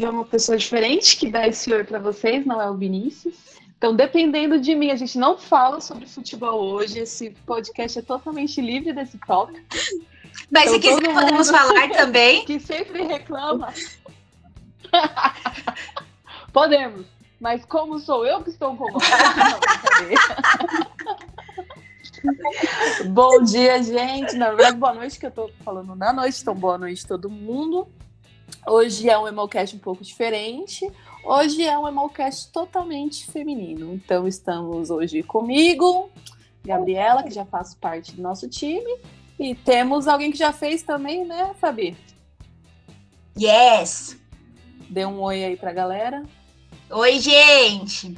hoje é uma pessoa diferente que dá esse oi para vocês, não é o Vinícius. Então, dependendo de mim, a gente não fala sobre futebol hoje. Esse podcast é totalmente livre desse tópico. Mas então, se quiser, podemos falar também. Que sempre reclama. Podemos. Mas como sou eu que estou com vontade, não, brincadeira. Bom dia, gente. Na verdade, boa noite, que eu tô falando na noite. Então, boa noite todo mundo. Hoje é um Emocast um pouco diferente. Hoje é um Emocast totalmente feminino. Então, estamos hoje comigo, Gabriela, que já faz parte do nosso time. E temos alguém que já fez também, né, Fabi? Yes! Dê um oi aí pra galera. Oi, gente!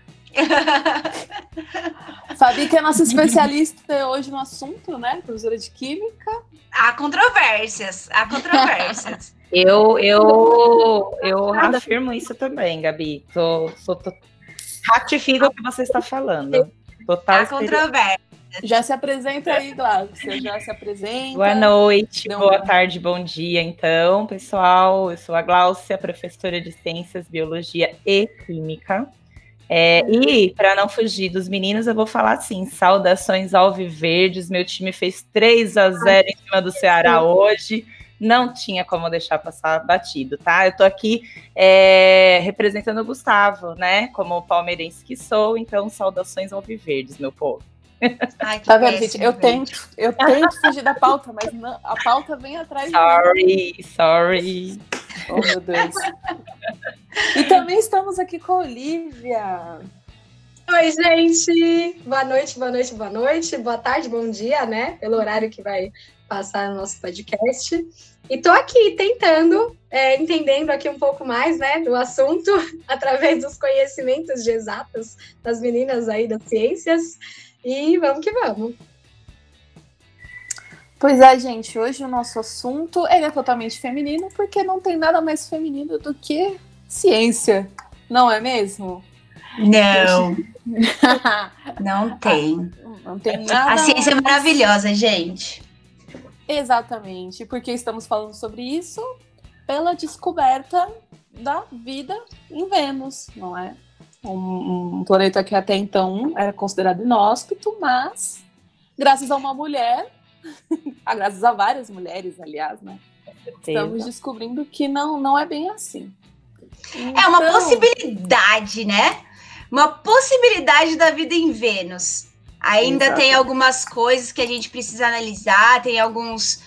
Fabi, que é nossa especialista hoje no assunto, né? Professora de Química. Há controvérsias. Eu afirmo isso também, Gabi. Ratifico o que você está falando. Total. Há controvérsia. Já se apresenta aí, Glaucia. Já se apresenta. Boa noite, boa tarde, bom dia, então, pessoal. Eu sou a Glaucia, professora de Ciências, Biologia e Química. E, para não fugir dos meninos, eu vou falar assim, saudações alviverdes. Meu time fez 3-0 em cima do Ceará hoje. Não tinha como deixar passar batido, tá? Eu tô aqui representando o Gustavo, né? Como palmeirense que sou, então saudações alviverdes, meu povo. Ai, tá vendo, gente? Eu tento fugir da pauta, mas não, a pauta vem atrás Sorry. Oh, meu Deus. E também estamos aqui com a Olivia. Oi, gente. Boa noite. Boa tarde, bom dia, né? Pelo horário que vai passar no nosso podcast. E tô aqui tentando, entendendo aqui um pouco mais, né, do assunto, através dos conhecimentos de exatas das meninas aí das ciências. E vamos que vamos. Pois é, gente, hoje o nosso assunto é totalmente feminino, porque não tem nada mais feminino do que ciência, não é mesmo? Não. Não tem. Não tem nada. A ciência é maravilhosa, gente. Exatamente, porque estamos falando sobre isso pela descoberta da vida em Vênus, não é? Um planeta que até então era considerado inóspito, mas graças a uma mulher, graças a várias mulheres, aliás, né? Estamos descobrindo que não é bem assim. Então, é uma possibilidade, né? Uma possibilidade da vida em Vênus. Ainda tem algumas coisas que a gente precisa analisar, tem alguns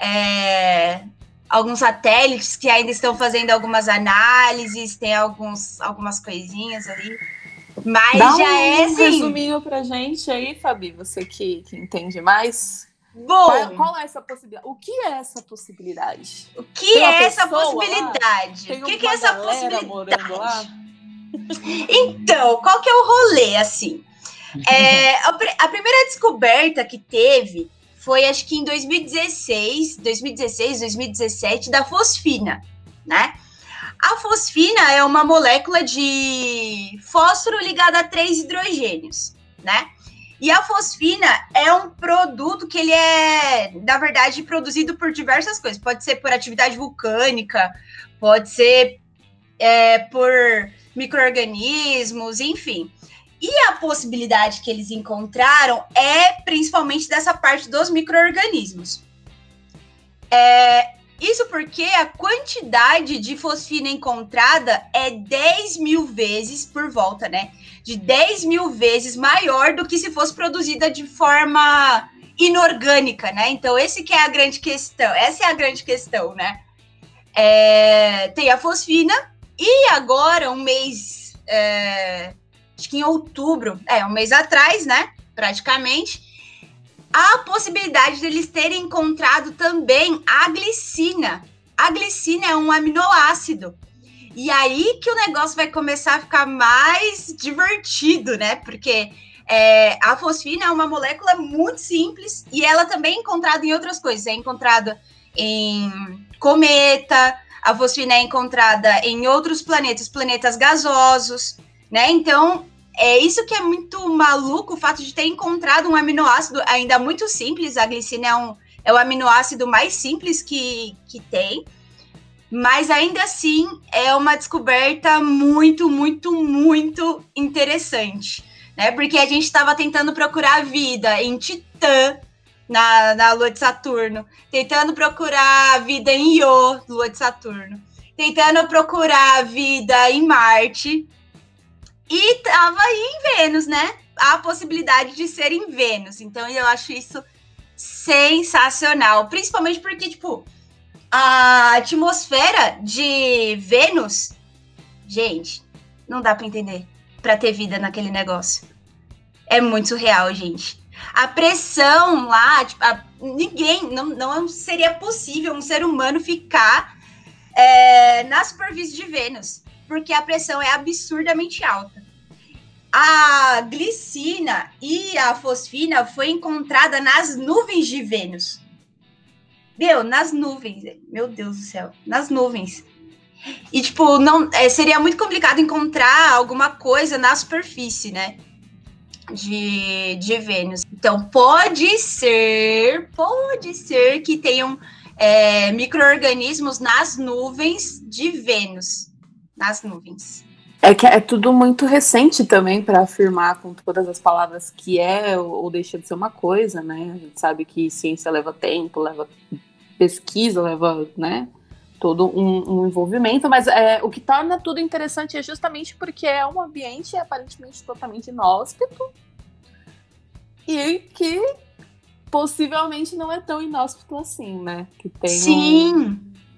satélites que ainda estão fazendo algumas análises, tem algumas coisinhas ali. Mas dá já é um resuminho pra gente aí, Fabi, você que entende mais. Bom, qual é essa possibilidade? O que é essa possibilidade? O que é essa possibilidade? O que é essa possibilidade? Morando lá? Então, qual que é o rolê, assim? A primeira descoberta que teve foi, acho que em 2016, 2017, da fosfina, né? A fosfina é uma molécula de fósforo ligada a 3 hidrogênios, né? E a fosfina é um produto que ele é, na verdade, produzido por diversas coisas. Pode ser por atividade vulcânica, pode ser por micro-organismos, enfim. E a possibilidade que eles encontraram é principalmente dessa parte dos micro-organismos. Isso porque a quantidade de fosfina encontrada é 10 mil vezes por volta, né? De 10 mil vezes maior do que se fosse produzida de forma inorgânica, né? Então, essa é a grande questão, né? Tem a fosfina e agora, um mês... acho que em outubro, um mês atrás, né, praticamente, a possibilidade deles terem encontrado também a glicina. A glicina é um aminoácido. E aí que o negócio vai começar a ficar mais divertido, né, porque a fosfina é uma molécula muito simples e ela também é encontrada em outras coisas. É encontrada em cometa, a fosfina é encontrada em outros planetas gasosos, né, então... isso que é muito maluco, o fato de ter encontrado um aminoácido ainda muito simples. A glicina é o aminoácido mais simples que tem, Mas ainda assim é uma descoberta muito, muito, muito interessante, né? Porque a gente estava tentando procurar vida em Titã, na Lua de Saturno, tentando procurar vida em Io, Lua de Saturno, tentando procurar vida em Marte, e tava aí em Vênus, né? A possibilidade de ser em Vênus. Então eu acho isso sensacional, principalmente porque, tipo, a atmosfera de Vênus, gente, não dá para entender para ter vida naquele negócio. É muito surreal, gente. A pressão lá, tipo, ninguém, não seria possível um ser humano ficar na superfície de Vênus, porque a pressão é absurdamente alta. A glicina e a fosfina foi encontrada nas nuvens de Vênus. Nas nuvens. Meu Deus do céu. Nas nuvens. E, tipo, seria muito complicado encontrar alguma coisa na superfície, né? De Vênus. Então, pode ser que tenham micro-organismos nas nuvens de Vênus. Nas nuvens. É que é tudo muito recente também para afirmar com todas as palavras que é ou deixa de ser uma coisa, né? A gente sabe que ciência leva tempo, leva pesquisa, leva, né, todo um envolvimento, mas o que torna tudo interessante é justamente porque é um ambiente aparentemente totalmente inóspito e que possivelmente não é tão inóspito assim, né? Que tem Sim!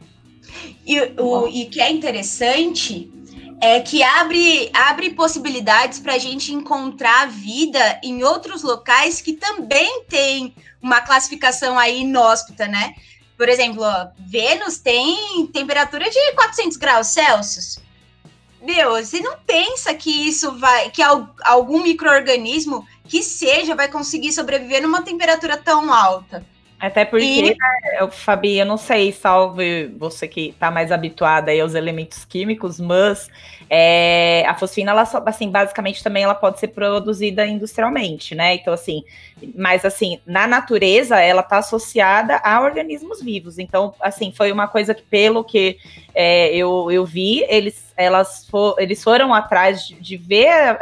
E que é interessante é que abre possibilidades para a gente encontrar vida em outros locais que também tem uma classificação aí inóspita, né? Por exemplo, Vênus tem temperatura de 400 graus Celsius. Você não pensa que que algum micro-organismo que vai conseguir sobreviver numa temperatura tão alta. Até porque, Fabi, eu não sei, salve você que está mais habituada aí aos elementos químicos, mas a fosfina, ela, assim, basicamente também ela pode ser produzida industrialmente, né? Então, assim, mas assim, na natureza, ela está associada a organismos vivos. Então, assim, foi uma coisa que, pelo que eu vi, eles foram atrás de ver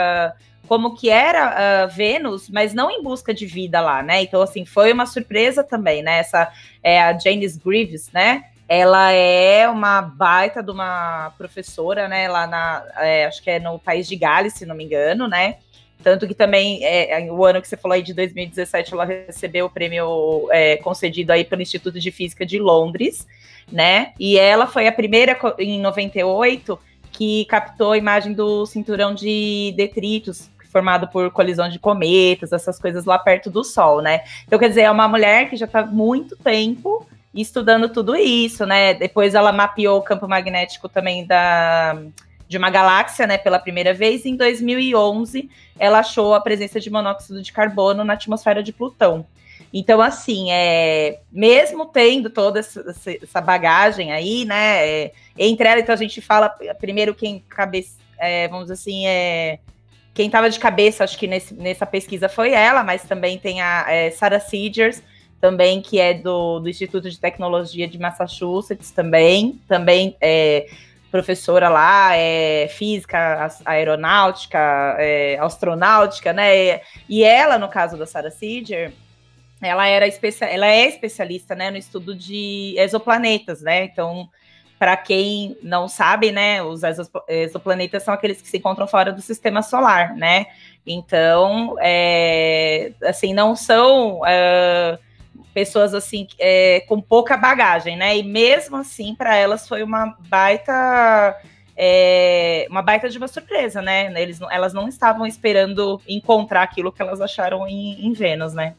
como que era Vênus, mas não em busca de vida lá, né? Então, assim, foi uma surpresa também, né? Essa a Janice Greaves, né? Ela é uma baita de uma professora, né? Lá acho que é no país de Gales, se não me engano, né? Tanto que também, o ano que você falou aí de 2017, ela recebeu o prêmio concedido aí pelo Instituto de Física de Londres, né? E ela foi a primeira, em 98, que captou a imagem do cinturão de detritos, formado por colisão de cometas, essas coisas lá perto do Sol, né? Então, quer dizer, é uma mulher que já está há muito tempo estudando tudo isso, né? Depois ela mapeou o campo magnético também de uma galáxia, né, pela primeira vez. Em 2011, ela achou a presença de monóxido de carbono na atmosfera de Plutão. Então, assim, mesmo tendo toda essa bagagem aí, né, entre ela, então a gente fala, primeiro vamos dizer assim, quem estava de cabeça, acho que nessa pesquisa foi ela, mas também tem a Sarah Seegers, também, que é do Instituto de Tecnologia de Massachusetts, também professora lá, física, aeronáutica, astronáutica, né, e ela, no caso da Sarah Seegers, ela é especialista, né, no estudo de exoplanetas, né? Então, para quem não sabe, né, os exoplanetas são aqueles que se encontram fora do sistema solar, né? Então, assim, não são pessoas assim com pouca bagagem, né? E mesmo assim, para elas foi uma baita de uma surpresa, né? Elas não estavam esperando encontrar aquilo que elas acharam em Vênus, né?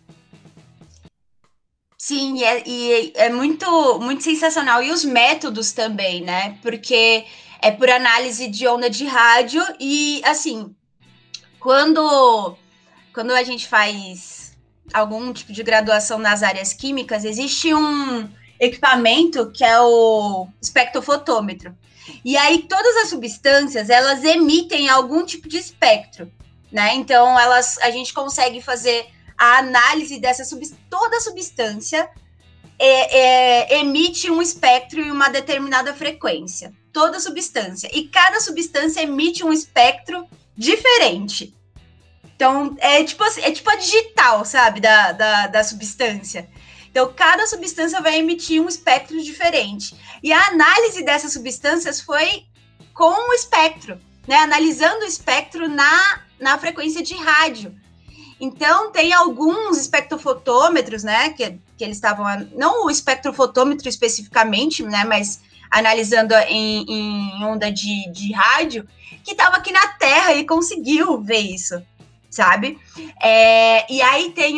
Sim, e é muito, muito sensacional. E os métodos também, né? Porque é por análise de onda de rádio e, assim, quando a gente faz algum tipo de graduação nas áreas químicas, existe um equipamento que é o espectrofotômetro. E aí todas as substâncias, elas emitem algum tipo de espectro, né? Então, a gente consegue fazer a análise dessa toda a substância emite um espectro em uma determinada frequência. Toda substância. E cada substância emite um espectro diferente. Então, é tipo a digital, sabe, da substância. Então, cada substância vai emitir um espectro diferente. E a análise dessas substâncias foi com o espectro, né? Analisando o espectro na frequência de rádio. Então, tem alguns espectrofotômetros, né? Que eles estavam... Não o espectrofotômetro especificamente, né? Mas analisando em onda de rádio, que estava aqui na Terra e conseguiu ver isso, sabe? E aí tem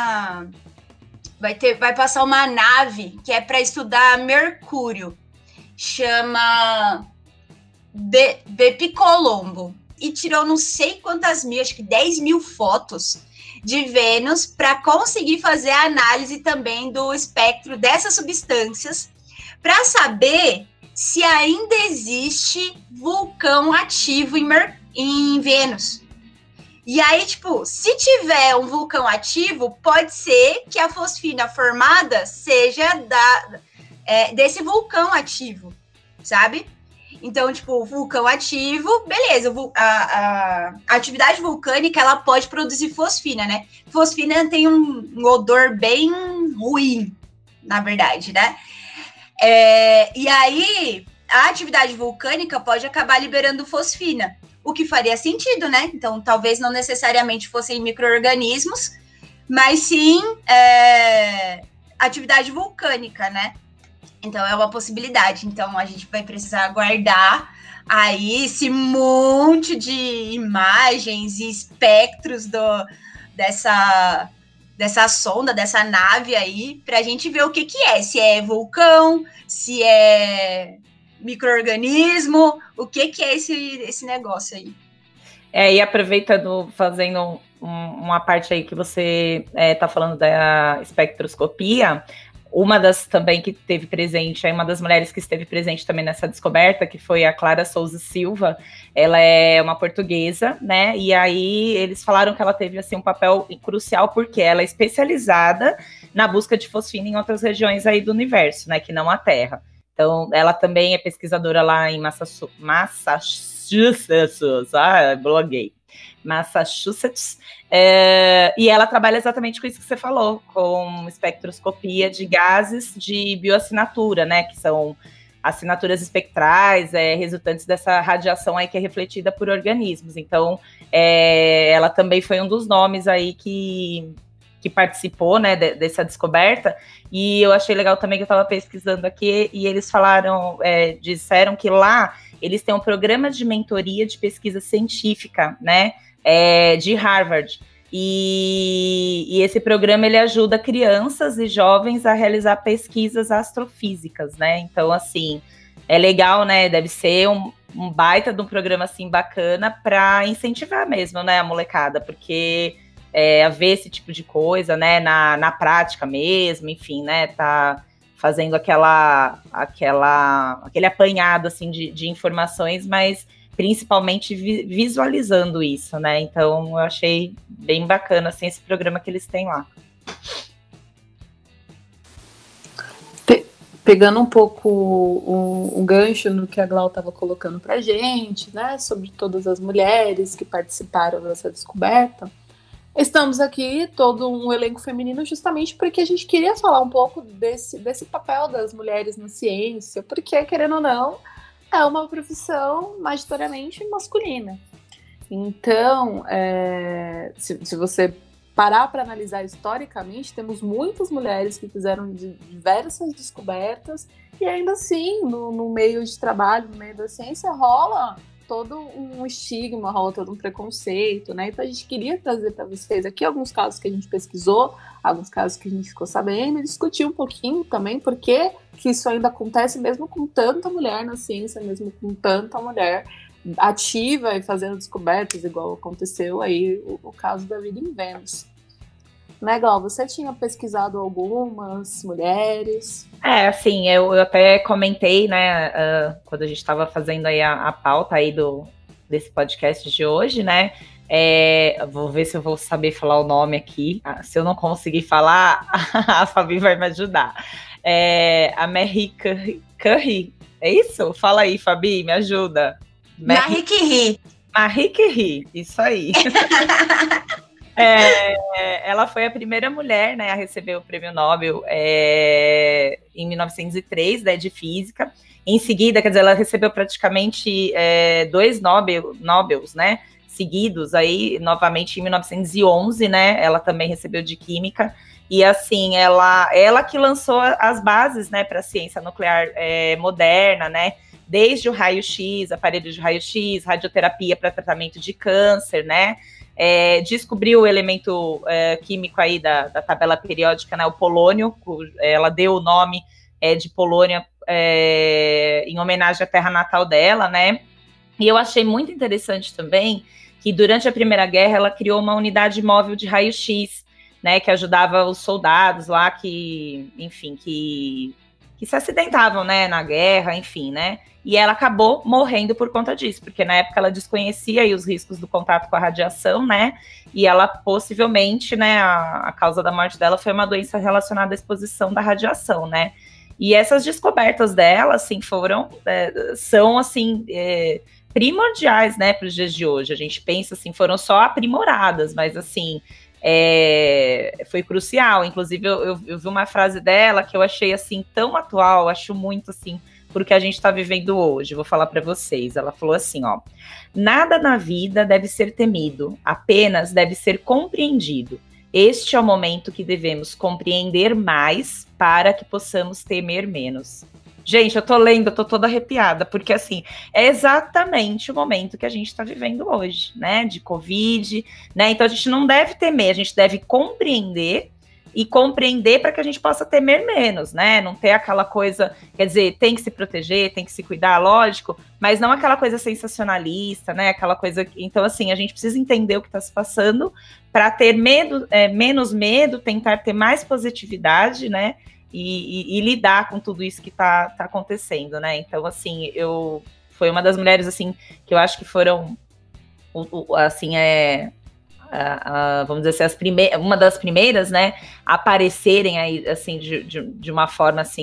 vai passar uma nave que é para estudar Mercúrio, chama Bepicolombo, e tirou não sei quantas mil, acho que 10 mil fotos de Vênus para conseguir fazer a análise também do espectro dessas substâncias, para saber se ainda existe vulcão ativo em Vênus. E aí, tipo, se tiver um vulcão ativo, pode ser que a fosfina formada seja desse vulcão ativo, sabe? Então, tipo, vulcão ativo, beleza, a atividade vulcânica, ela pode produzir fosfina, né? Fosfina tem um odor bem ruim, na verdade, né? E aí, a atividade vulcânica pode acabar liberando fosfina, o que faria sentido, né? Então, talvez não necessariamente fossem micro-organismos, mas sim atividade vulcânica, né? Então, é uma possibilidade. Então, a gente vai precisar aguardar aí esse monte de imagens e espectros dessa sonda, dessa nave aí, para a gente ver o que é. Se é vulcão, se é micro-organismo, o que é esse negócio aí. E aproveitando, fazendo uma parte aí que você está falando da espectroscopia, uma das também que teve presente, uma das mulheres que esteve presente também nessa descoberta, que foi a Clara Souza Silva, ela é uma portuguesa, né, e aí eles falaram que ela teve, assim, um papel crucial, porque ela é especializada na busca de fosfina em outras regiões aí do universo, né, que não a Terra. Então, ela também é pesquisadora lá em Massachusetts, bloguei. Massachusetts, e ela trabalha exatamente com isso que você falou, com espectroscopia de gases de bioassinatura, né, que são assinaturas espectrais resultantes dessa radiação aí que é refletida por organismos. Então, ela também foi um dos nomes aí que participou, né, dessa descoberta, e eu achei legal também que eu estava pesquisando aqui, e eles disseram que lá eles têm um programa de mentoria de pesquisa científica, né, de Harvard, e esse programa ele ajuda crianças e jovens a realizar pesquisas astrofísicas, né, então assim, é legal, né, deve ser um baita de um programa assim bacana para incentivar mesmo, né, a molecada, porque a ver esse tipo de coisa, né, na prática mesmo, enfim, né, tá fazendo aquele apanhado, assim, de informações, mas principalmente visualizando isso, né, então eu achei bem bacana, assim, esse programa que eles têm lá. Pegando um pouco um gancho no que a Glau estava colocando pra gente, né, sobre todas as mulheres que participaram dessa descoberta, estamos aqui, todo um elenco feminino, justamente porque a gente queria falar um pouco desse papel das mulheres na ciência, porque, querendo ou não, é uma profissão majoritariamente masculina. Então, se você parar para analisar historicamente, temos muitas mulheres que fizeram diversas descobertas, e ainda assim, no meio de trabalho, no meio da ciência, rola todo um estigma, rola todo um preconceito, né? Então a gente queria trazer para vocês aqui alguns casos que a gente pesquisou, alguns casos que a gente ficou sabendo, e discutir um pouquinho também por que isso ainda acontece mesmo com tanta mulher na ciência, mesmo com tanta mulher ativa e fazendo descobertas, igual aconteceu aí o caso da vida em Vênus. Né, Glau, você tinha pesquisado algumas mulheres? Assim, eu até comentei, né, quando a gente estava fazendo aí a pauta aí desse podcast de hoje, né, vou ver se eu vou saber falar o nome aqui, se eu não conseguir falar, a Fabi vai me ajudar. a Marie Curie. É isso? Fala aí, Fabi, me ajuda. Marie Curie. Marie Curie, isso aí. Ela foi a primeira mulher, né, a receber o prêmio Nobel em 1903, né, de física. Em seguida, quer dizer, ela recebeu praticamente 2 Nobels, né, seguidos, aí, novamente, em 1911, né, ela também recebeu de química. E, assim, ela que lançou as bases, né, para a ciência nuclear moderna, né, desde o raio-x, aparelho de raio-x, radioterapia para tratamento de câncer, né, descobriu o elemento químico aí da tabela periódica, né, o polônio. Ela deu o nome de Polônia em homenagem à terra natal dela, né, e eu achei muito interessante também que durante a Primeira Guerra ela criou uma unidade móvel de raio-x, né, que ajudava os soldados lá que, enfim, que se acidentavam, né, na guerra, enfim, né, e ela acabou morrendo por conta disso, porque na época ela desconhecia aí os riscos do contato com a radiação, né, e ela possivelmente, né, a causa da morte dela foi uma doença relacionada à exposição da radiação, né, e essas descobertas dela, assim, são, assim, primordiais, né, para os dias de hoje. A gente pensa, assim, foram só aprimoradas, mas, assim, foi crucial. Inclusive, eu vi uma frase dela que eu achei, assim, tão atual, acho muito, assim, porque a gente está vivendo hoje. Vou falar para vocês. Ela falou assim, ó: nada na vida deve ser temido, apenas deve ser compreendido. Este é o momento que devemos compreender mais para que possamos temer menos. Gente, eu tô lendo, eu tô toda arrepiada, porque, assim, é exatamente o momento que a gente tá vivendo hoje, né, de Covid, né, então a gente não deve temer, a gente deve compreender para que a gente possa temer menos, né, não ter aquela coisa, quer dizer, tem que se proteger, tem que se cuidar, lógico, mas não aquela coisa sensacionalista, né, aquela coisa, então, assim, a gente precisa entender o que tá se passando para ter menos medo, tentar ter mais positividade, né, e lidar com tudo isso que tá acontecendo, né? Então, assim, foi uma das mulheres, assim, que eu acho que foram, assim, vamos dizer assim, uma das primeiras, né, a aparecerem aí, assim, de uma forma, assim,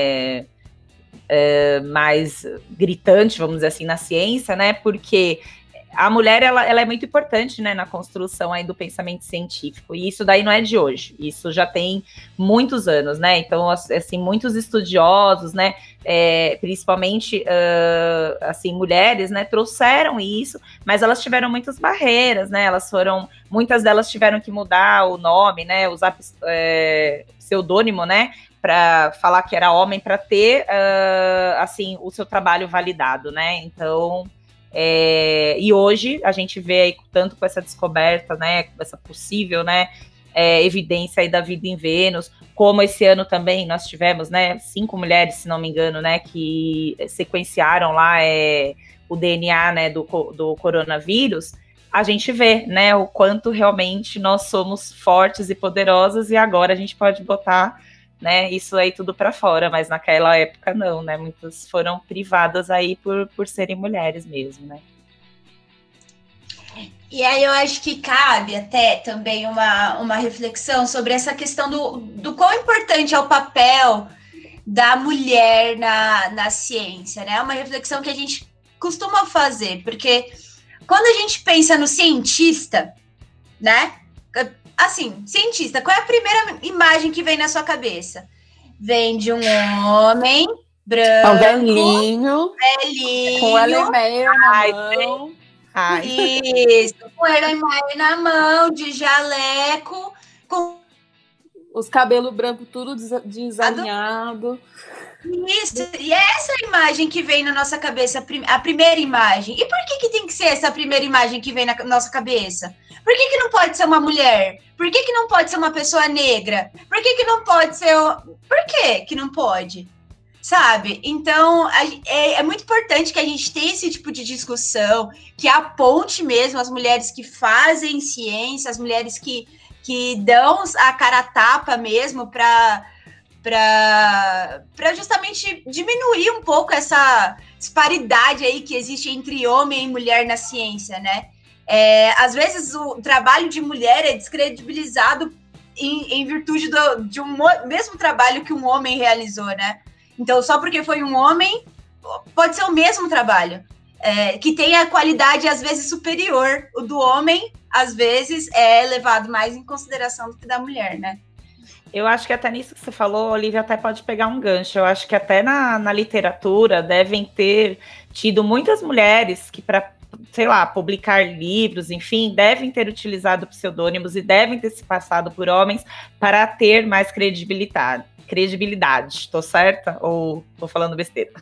mais gritante, vamos dizer assim, na ciência, né? Porque a mulher, ela é muito importante, né, na construção aí do pensamento científico, e isso daí não é de hoje, isso já tem muitos anos, né, então, assim, muitos estudiosos, né, principalmente, assim, mulheres, né, trouxeram isso, mas elas tiveram muitas barreiras, né, muitas delas tiveram que mudar o nome, né, usar pseudônimo, né, para falar que era homem, para ter, assim, o seu trabalho validado, né, então... e hoje a gente vê aí, tanto com essa descoberta, né, com essa possível, né, evidência aí da vida em Vênus, como esse ano também nós tivemos, né, 5 mulheres, se não me engano, né, que sequenciaram lá o DNA, né, do coronavírus. A gente vê, né, o quanto realmente nós somos fortes e poderosas, e agora a gente pode botar, né, isso aí tudo para fora, mas naquela época não, né, muitas foram privadas aí por serem mulheres mesmo, né. E aí eu acho que cabe até também uma reflexão sobre essa questão do quão importante é o papel da mulher na ciência, né, uma reflexão que a gente costuma fazer, porque quando a gente pensa no cientista, né, assim, cientista, qual é a primeira imagem que vem na sua cabeça? Vem de um homem branco, velhinho, com Erlenmeyer na mão. Isso, com Erlenmeyer na mão, de jaleco, com os cabelos brancos tudo desalinhado. Isso, e é essa imagem que vem na nossa cabeça, a primeira imagem. E por que tem que ser essa primeira imagem que vem na nossa cabeça? Por que não pode ser uma mulher? Por que não pode ser uma pessoa negra? Por que não pode ser... Por que não pode? Sabe? Então, é muito importante que a gente tenha esse tipo de discussão, que aponte mesmo as mulheres que fazem ciência, as mulheres que dão a cara a tapa mesmo para justamente diminuir um pouco essa disparidade aí que existe entre homem e mulher na ciência, né? Às vezes o trabalho de mulher é descredibilizado em virtude de um mesmo trabalho que um homem realizou, né? Então, só porque foi um homem, pode ser o mesmo trabalho, que tem a qualidade, às vezes, superior. O do homem, às vezes, é levado mais em consideração do que da mulher, né? Eu acho que até nisso que você falou, Olivia, até pode pegar um gancho. Eu acho que até na literatura devem ter tido muitas mulheres que, para, sei lá, publicar livros, enfim, devem ter utilizado pseudônimos e devem ter se passado por homens para ter mais credibilidade. Tô certa? Ou tô falando besteira?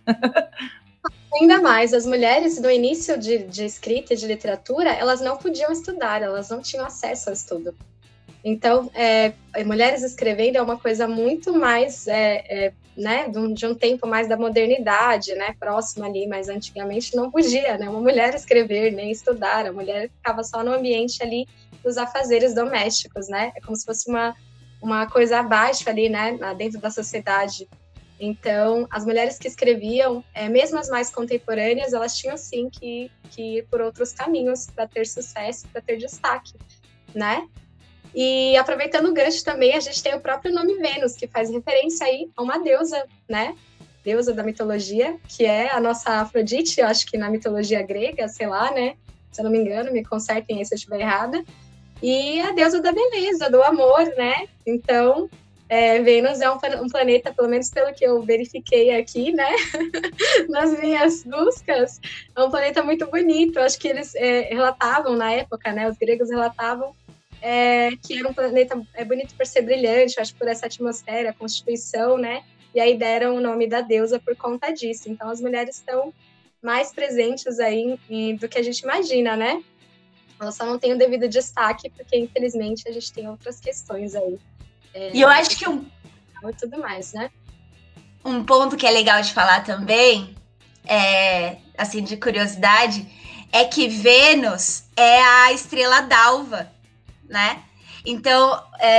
Ainda mais, as mulheres do início de escrita e de literatura, elas não podiam estudar, elas não tinham acesso ao estudo. Então, mulheres escrevendo é uma coisa muito mais, né, de um tempo mais da modernidade, né, próxima ali, mas antigamente não podia, né, uma mulher escrever, nem estudar, a mulher ficava só no ambiente ali dos afazeres domésticos, né, é como se fosse uma coisa abaixo ali, né, dentro da sociedade. Então, as mulheres que escreviam, mesmo as mais contemporâneas, elas tinham sim que ir por outros caminhos para ter sucesso, para ter destaque, né? E aproveitando o gancho também, a gente tem o próprio nome Vênus, que faz referência aí a uma deusa, né? Deusa da mitologia, que é a nossa Afrodite, eu acho que na mitologia grega, sei lá, né? Se eu não me engano, me consertem aí se eu estiver errada. E a deusa da beleza, do amor, né? Então, Vênus é um planeta, pelo menos pelo que eu verifiquei aqui, né? Nas minhas buscas, é um planeta muito bonito. Eu acho que eles relatavam na época, né? Os gregos relatavam que era um planeta bonito por ser brilhante, acho por essa atmosfera, constituição, né? E aí deram o nome da deusa por conta disso. Então, as mulheres estão mais presentes aí do que a gente imagina, né? Elas só não têm o devido destaque, porque, infelizmente, a gente tem outras questões aí. E eu acho que e tudo mais, né? Um ponto que é legal de falar também, assim, de curiosidade, é que Vênus é a estrela d'alva, né? Então,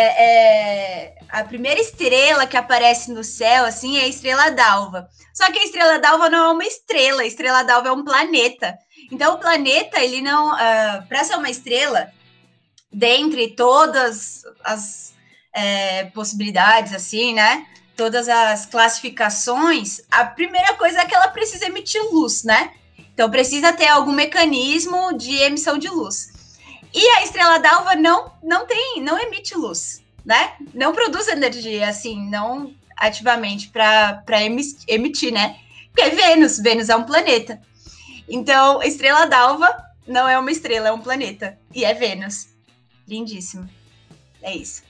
a primeira estrela que aparece no céu, assim, é a estrela d'alva. Só que a estrela d'alva não é uma estrela, a estrela d'alva é um planeta. Então, o planeta, ele não... para ser uma estrela, dentre todas as possibilidades, assim, né? Todas as classificações, a primeira coisa é que ela precisa emitir luz, né? Então, precisa ter algum mecanismo de emissão de luz. E a estrela d'alva não emite luz, né? Não produz energia, assim, não ativamente para emitir, né? Porque Vênus é um planeta. Então, estrela d'alva não é uma estrela, é um planeta. E é Vênus. Lindíssimo. É isso.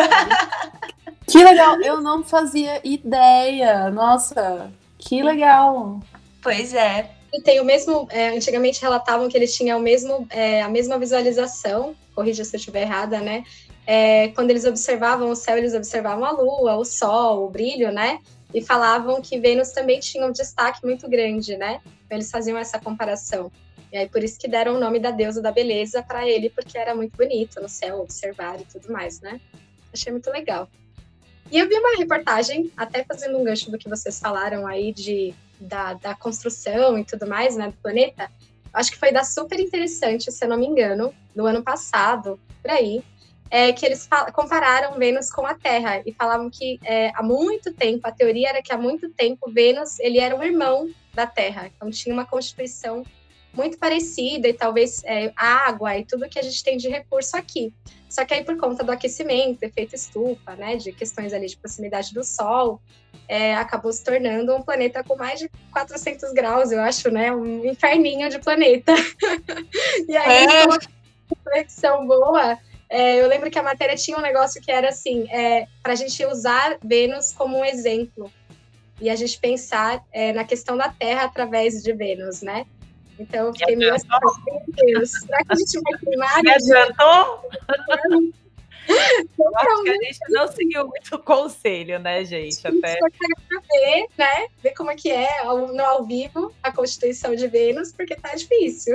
Que legal, eu não fazia ideia. Nossa, que legal. Pois é. E tem o mesmo, antigamente relatavam que eles tinham a mesma visualização, corrija se eu estiver errada, né? Quando eles observavam o céu, eles observavam a lua, o sol, o brilho, né? E falavam que Vênus também tinha um destaque muito grande, né? Então eles faziam essa comparação. E aí por isso que deram o nome da deusa da beleza para ele, porque era muito bonito no céu, observar e tudo mais, né? Achei muito legal. E eu vi uma reportagem, até fazendo um gancho do que vocês falaram aí da construção e tudo mais, né, do planeta. Acho que foi da Super Interessante, se eu não me engano, no ano passado, por aí, que eles compararam Vênus com a Terra e falavam que há muito tempo, a teoria era que há muito tempo Vênus, ele era um irmão da Terra, então tinha uma constituição muito parecida e talvez água e tudo que a gente tem de recurso aqui. Só que aí por conta do aquecimento, efeito estufa, né, de questões ali de proximidade do Sol, acabou se tornando um planeta com mais de 400 graus, eu acho, né, um inferninho de planeta. E aí, uma reflexão boa, eu lembro que a matéria tinha um negócio que era assim, para a gente usar Vênus como um exemplo, e a gente pensar na questão da Terra através de Vênus, né? Então, eu fiquei meio assim, meu Deus, será que a gente vai queimar? Me adiantou? Acho que a gente não seguiu muito o conselho, né, gente? Até só quero ver, né? Ver como é que é no ao vivo a constituição de Vênus, porque tá difícil.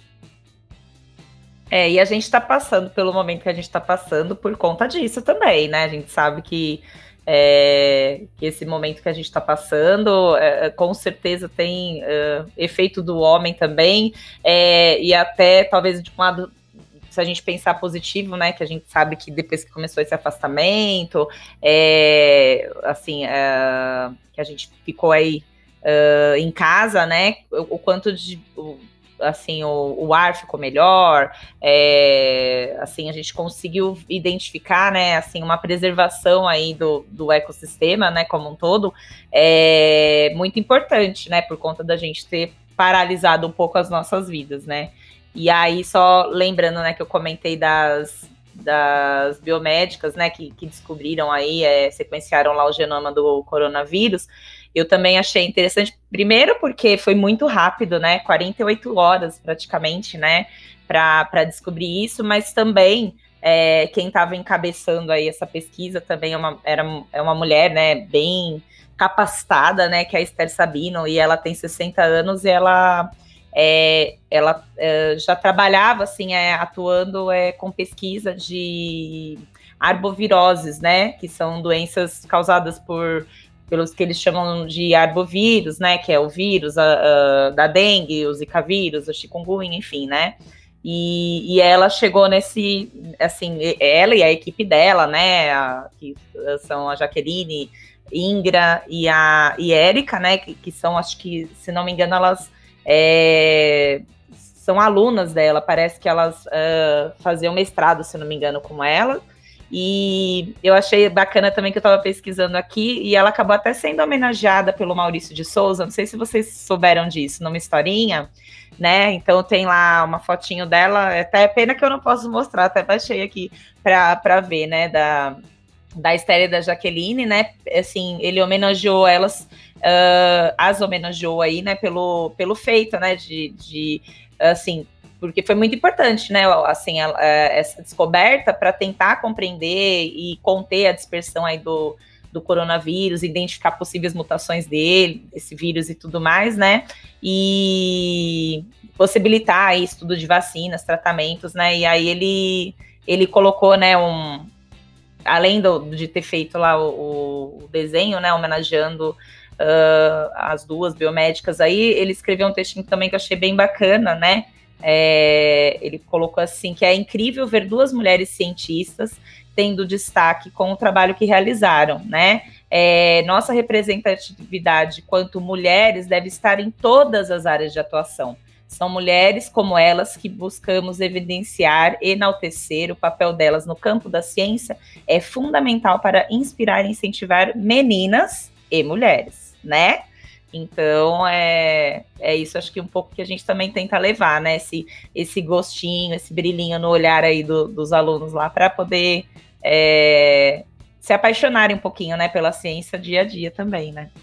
E a gente tá passando pelo momento que a gente tá passando por conta disso também, né? A gente sabe que esse momento que a gente está passando com certeza tem efeito do homem também, e até talvez de um lado se a gente pensar positivo, né, que a gente sabe que depois que começou esse afastamento, que a gente ficou aí em casa, né, o quanto de... assim, o ar ficou melhor, assim, a gente conseguiu identificar, né, assim, uma preservação aí do ecossistema, né, como um todo, muito importante, né, por conta da gente ter paralisado um pouco as nossas vidas, né. E aí, só lembrando, né, que eu comentei das biomédicas, né, que descobriram aí, sequenciaram lá o genoma do coronavírus. Eu também achei interessante, primeiro porque foi muito rápido, né, 48 horas praticamente, né, para descobrir isso, mas também quem estava encabeçando aí essa pesquisa também é uma mulher, né, bem capacitada, né, que é a Esther Sabino, e ela tem 60 anos e ela já trabalhava, assim, atuando com pesquisa de arboviroses, né, que são doenças causadas pelos que eles chamam de arbovírus, né, que é o vírus da dengue, o zika vírus, o chikungunya, enfim, né, e ela chegou nesse, assim, ela e a equipe dela, né, que são a Jaqueline, Ingra e a Érica, né, que são, acho que, se não me engano, elas são alunas dela, parece que elas faziam mestrado, se não me engano, com ela. E eu achei bacana também que eu estava pesquisando aqui, e ela acabou até sendo homenageada pelo Maurício de Souza, não sei se vocês souberam disso, numa historinha, né, então tem lá uma fotinho dela, até pena que eu não posso mostrar, até baixei aqui para ver, né, da Esther e da Jaqueline, né, assim, ele homenageou elas, as homenageou aí, né, pelo feito, né, de assim, porque foi muito importante, né, assim, essa descoberta para tentar compreender e conter a dispersão aí do coronavírus, identificar possíveis mutações desse vírus e tudo mais, né, e possibilitar aí estudo de vacinas, tratamentos, né, e aí ele colocou, né, além de ter feito lá o desenho, né, homenageando as duas biomédicas aí, ele escreveu um textinho também que eu achei bem bacana, né, ele colocou assim, que é incrível ver duas mulheres cientistas tendo destaque com o trabalho que realizaram, né, nossa representatividade quanto mulheres deve estar em todas as áreas de atuação. São mulheres como elas que buscamos evidenciar, enaltecer o papel delas no campo da ciência, é fundamental para inspirar e incentivar meninas e mulheres, né? Então, isso, acho que um pouco que a gente também tenta levar, né? Esse gostinho, esse brilhinho no olhar aí dos alunos lá, para poder se apaixonarem um pouquinho, né, pela ciência dia a dia também, né?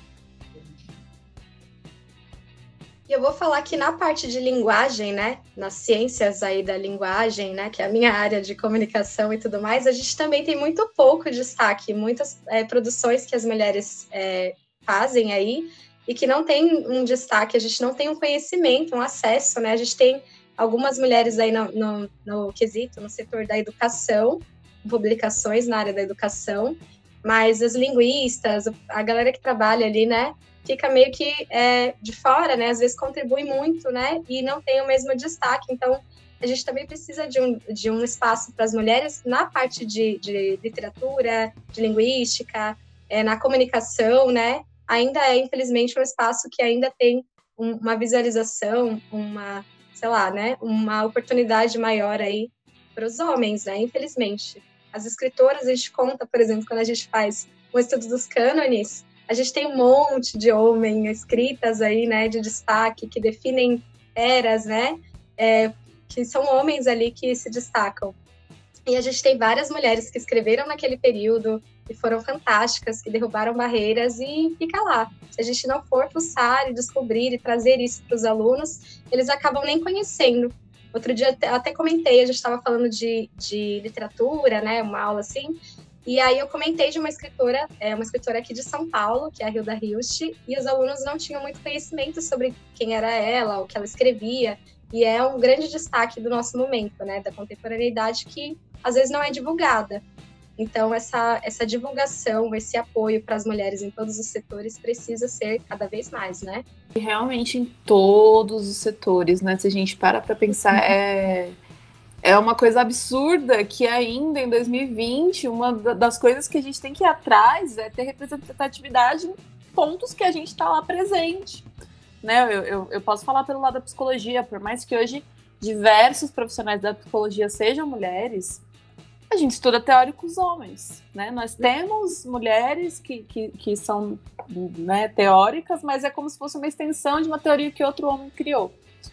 E eu vou falar que na parte de linguagem, né, nas ciências aí da linguagem, né, que é a minha área de comunicação e tudo mais, a gente também tem muito pouco destaque, muitas produções que as mulheres fazem aí e que não tem um destaque, a gente não tem um conhecimento, um acesso, né, a gente tem algumas mulheres aí no quesito, no setor da educação, publicações na área da educação, mas as linguistas, a galera que trabalha ali, né, fica meio que de fora, né? Às vezes contribui muito, né? E não tem o mesmo destaque. Então, a gente também precisa de um espaço para as mulheres na parte de literatura, de linguística, na comunicação, né? Ainda infelizmente, um espaço que ainda tem uma visualização, sei lá, né? Uma oportunidade maior aí para os homens, né? Infelizmente. As escritoras, a gente conta, por exemplo, quando a gente faz um estudo dos cânones, a gente tem um monte de homens escritas aí, né, de destaque, que definem eras, né, que são homens ali que se destacam. E a gente tem várias mulheres que escreveram naquele período e foram fantásticas, que derrubaram barreiras e fica lá. Se a gente não for fuçar e descobrir e trazer isso para os alunos, eles acabam nem conhecendo. Outro dia até comentei, a gente estava falando de literatura, né, uma aula assim, e aí eu comentei de uma escritora aqui de São Paulo, que é a Hilda Hilst, e os alunos não tinham muito conhecimento sobre quem era ela, o que ela escrevia, e é um grande destaque do nosso momento, né, da contemporaneidade, que às vezes não é divulgada. Então, essa divulgação, esse apoio para as mulheres em todos os setores precisa ser cada vez mais, né? Realmente em todos os setores, né? Se a gente para pensar, É uma coisa absurda que ainda em 2020, uma das coisas que a gente tem que ir atrás é ter representatividade em pontos que a gente está lá presente. Né? Eu posso falar pelo lado da psicologia, por mais que hoje diversos profissionais da psicologia sejam mulheres, a gente estuda teóricos homens. Né? Nós temos mulheres que são, né, teóricas, mas é como se fosse uma extensão de uma teoria que outro homem criou.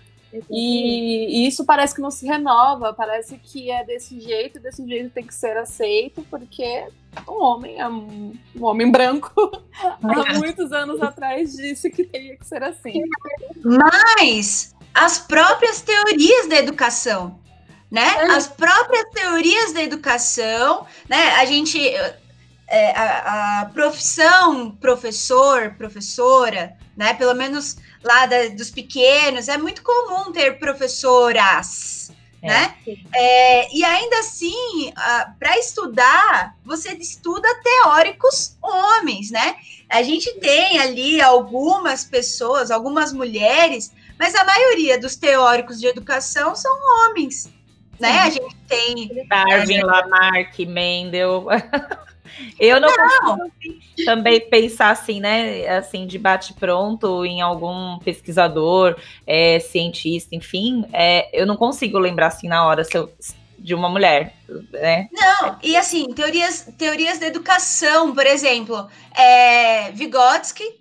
E isso parece que não se renova, parece que é desse jeito tem que ser aceito, porque um homem é um homem branco há muitos anos atrás disse que teria que ser assim. Mas as próprias teorias da educação, né? As próprias teorias da educação, né? A gente... a profissão professor, professora, né? Pelo menos lá dos pequenos, é muito comum ter professoras, né? E ainda assim, para estudar, você estuda teóricos homens, né? A gente tem ali algumas pessoas, algumas mulheres, mas a maioria dos teóricos de educação são homens, né? A gente tem Darwin, Lamarck, Mendel. Eu não consigo também pensar assim, né? Assim, de bate-pronto em algum pesquisador, cientista, enfim. Eu não consigo lembrar assim na hora de uma mulher, né? Não, e assim, teorias da educação, por exemplo, Vygotsky,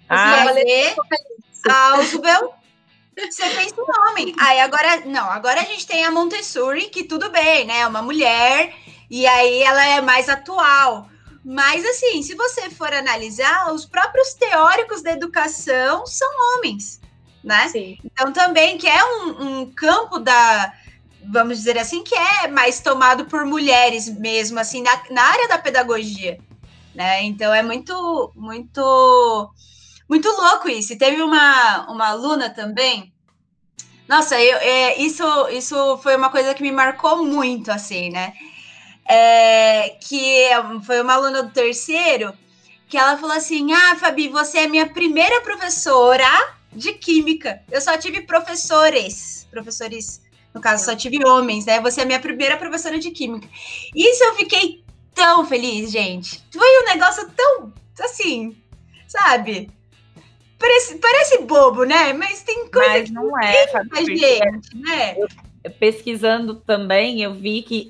Ausubel, você pensa em homem. Aí agora a gente tem a Montessori, que tudo bem, né? Uma mulher. E aí ela é mais atual. Mas, assim, se você for analisar, os próprios teóricos da educação são homens, né? Sim. Então, também que é um campo vamos dizer assim, que é mais tomado por mulheres mesmo, assim, na área da pedagogia, né? Então, é muito, muito, muito louco isso. E teve uma aluna também. Nossa, isso foi uma coisa que me marcou muito, assim, né? Que foi uma aluna do terceiro, que ela falou assim: Fabi, você é minha primeira professora de química. Eu só tive professores, no caso, só tive homens, né? Você é minha primeira professora de química. Isso eu fiquei tão feliz, gente. Foi um negócio tão, assim, sabe? Parece bobo, né? Mas tem coisa Mas que não é, Fabi, gente, né? Pesquisando também, eu vi que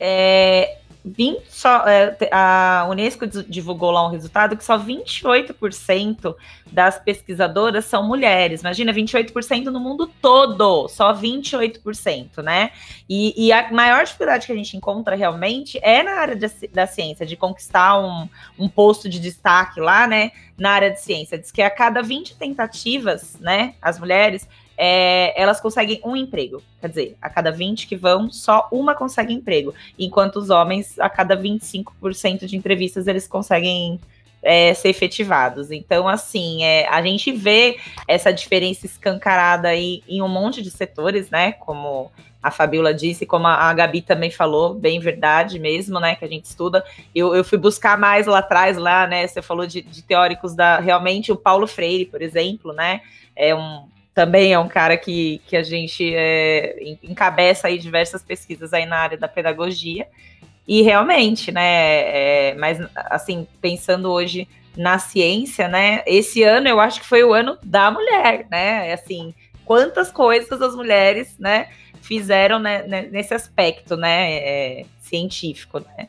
a Unesco divulgou lá um resultado que só 28% das pesquisadoras são mulheres. Imagina, 28% no mundo todo, só 28%, né? E a maior dificuldade que a gente encontra realmente é na área da ciência, de conquistar um posto de destaque lá, né? Na área de ciência. Diz que a cada 20 tentativas, né, as mulheres... elas conseguem um emprego, quer dizer, a cada 20 que vão, só uma consegue emprego, enquanto os homens, a cada 25% de entrevistas, eles conseguem ser efetivados. Então, assim, a gente vê essa diferença escancarada aí em um monte de setores, né, como a Fabiola disse, como a Gabi também falou, bem verdade mesmo, né, que a gente estuda. Eu fui buscar mais lá atrás, né, você falou de teóricos realmente o Paulo Freire, por exemplo, né, também é um cara que a gente encabeça aí diversas pesquisas aí na área da pedagogia. E realmente, né, mas assim, pensando hoje na ciência, né, esse ano eu acho que foi o ano da mulher, né, assim, quantas coisas as mulheres, né, fizeram, né, nesse aspecto, né, científico, né.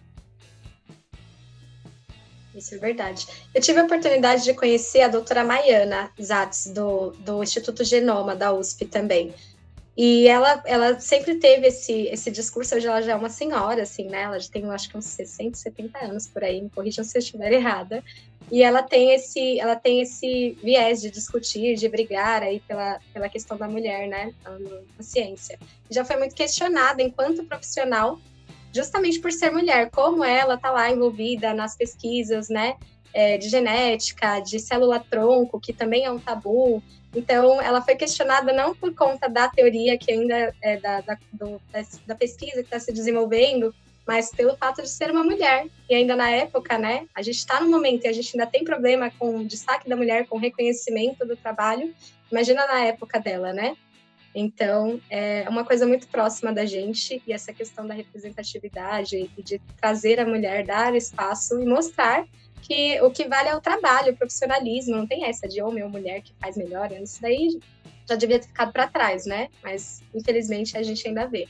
Isso é verdade. Eu tive a oportunidade de conhecer a doutora Maiana Zatz, do Instituto Genoma, da USP também. E ela sempre teve esse discurso, hoje ela já é uma senhora, assim, né? Ela já tem, acho que uns 60, 70 anos por aí, me corrijam se eu estiver errada. E ela tem esse viés de discutir, de brigar aí pela questão da mulher, né? Na ciência. Já foi muito questionada enquanto profissional, justamente por ser mulher, como ela está lá envolvida nas pesquisas, né, de genética, de célula-tronco, que também é um tabu. Então, ela foi questionada não por conta da teoria, que ainda é da pesquisa que está se desenvolvendo, mas pelo fato de ser uma mulher. E ainda na época, né, a gente está no momento e a gente ainda tem problema com o destaque da mulher, com o reconhecimento do trabalho. Imagina na época dela, né? Então, é uma coisa muito próxima da gente, e essa questão da representatividade e de trazer a mulher, dar espaço e mostrar que o que vale é o trabalho, o profissionalismo, não tem essa de homem ou mulher que faz melhor, isso daí já devia ter ficado para trás, né? Mas, infelizmente, a gente ainda vê.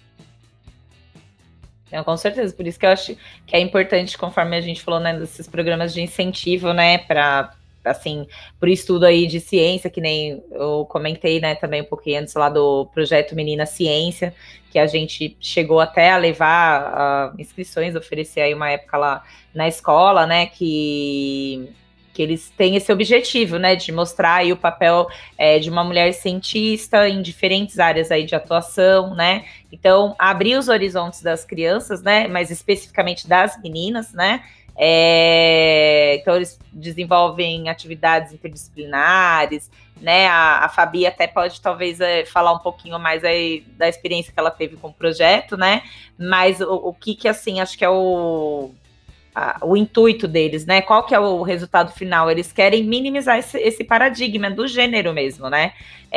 Não, com certeza, por isso que eu acho que é importante, conforme a gente falou, né, desses programas de incentivo, né, para assim, pro estudo aí de ciência, que nem eu comentei, né, também um pouquinho antes lá do projeto Menina Ciência, que a gente chegou até a levar inscrições, oferecer aí uma época lá na escola, né, que eles têm esse objetivo, né, de mostrar aí o papel de uma mulher cientista em diferentes áreas aí de atuação, né, então abrir os horizontes das crianças, né, mais especificamente das meninas, né, então eles desenvolvem atividades interdisciplinares, né, a Fabi até pode talvez falar um pouquinho mais aí da experiência que ela teve com o projeto, né, mas o que assim, acho que é o intuito deles, né? Qual que é o resultado final? Eles querem minimizar esse paradigma do gênero mesmo, né?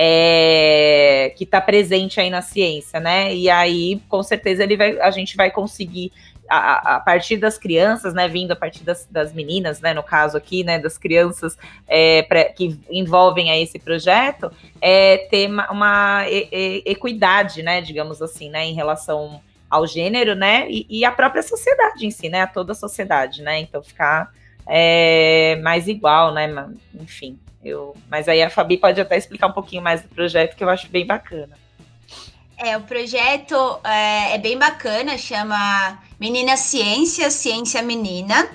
Que está presente aí na ciência, né? E aí, com certeza, a gente vai conseguir, a partir das crianças, né? Vindo a partir das meninas, né? No caso aqui, né? Das crianças que envolvem a esse projeto, ter uma equidade, né? Digamos assim, né? Em relação ao gênero, né, e a própria sociedade em si, né, a toda a sociedade, né, então ficar mais igual, né, enfim, mas aí a Fabi pode até explicar um pouquinho mais do projeto, que eu acho bem bacana. O projeto é bem bacana, chama Menina Ciência, Ciência Menina,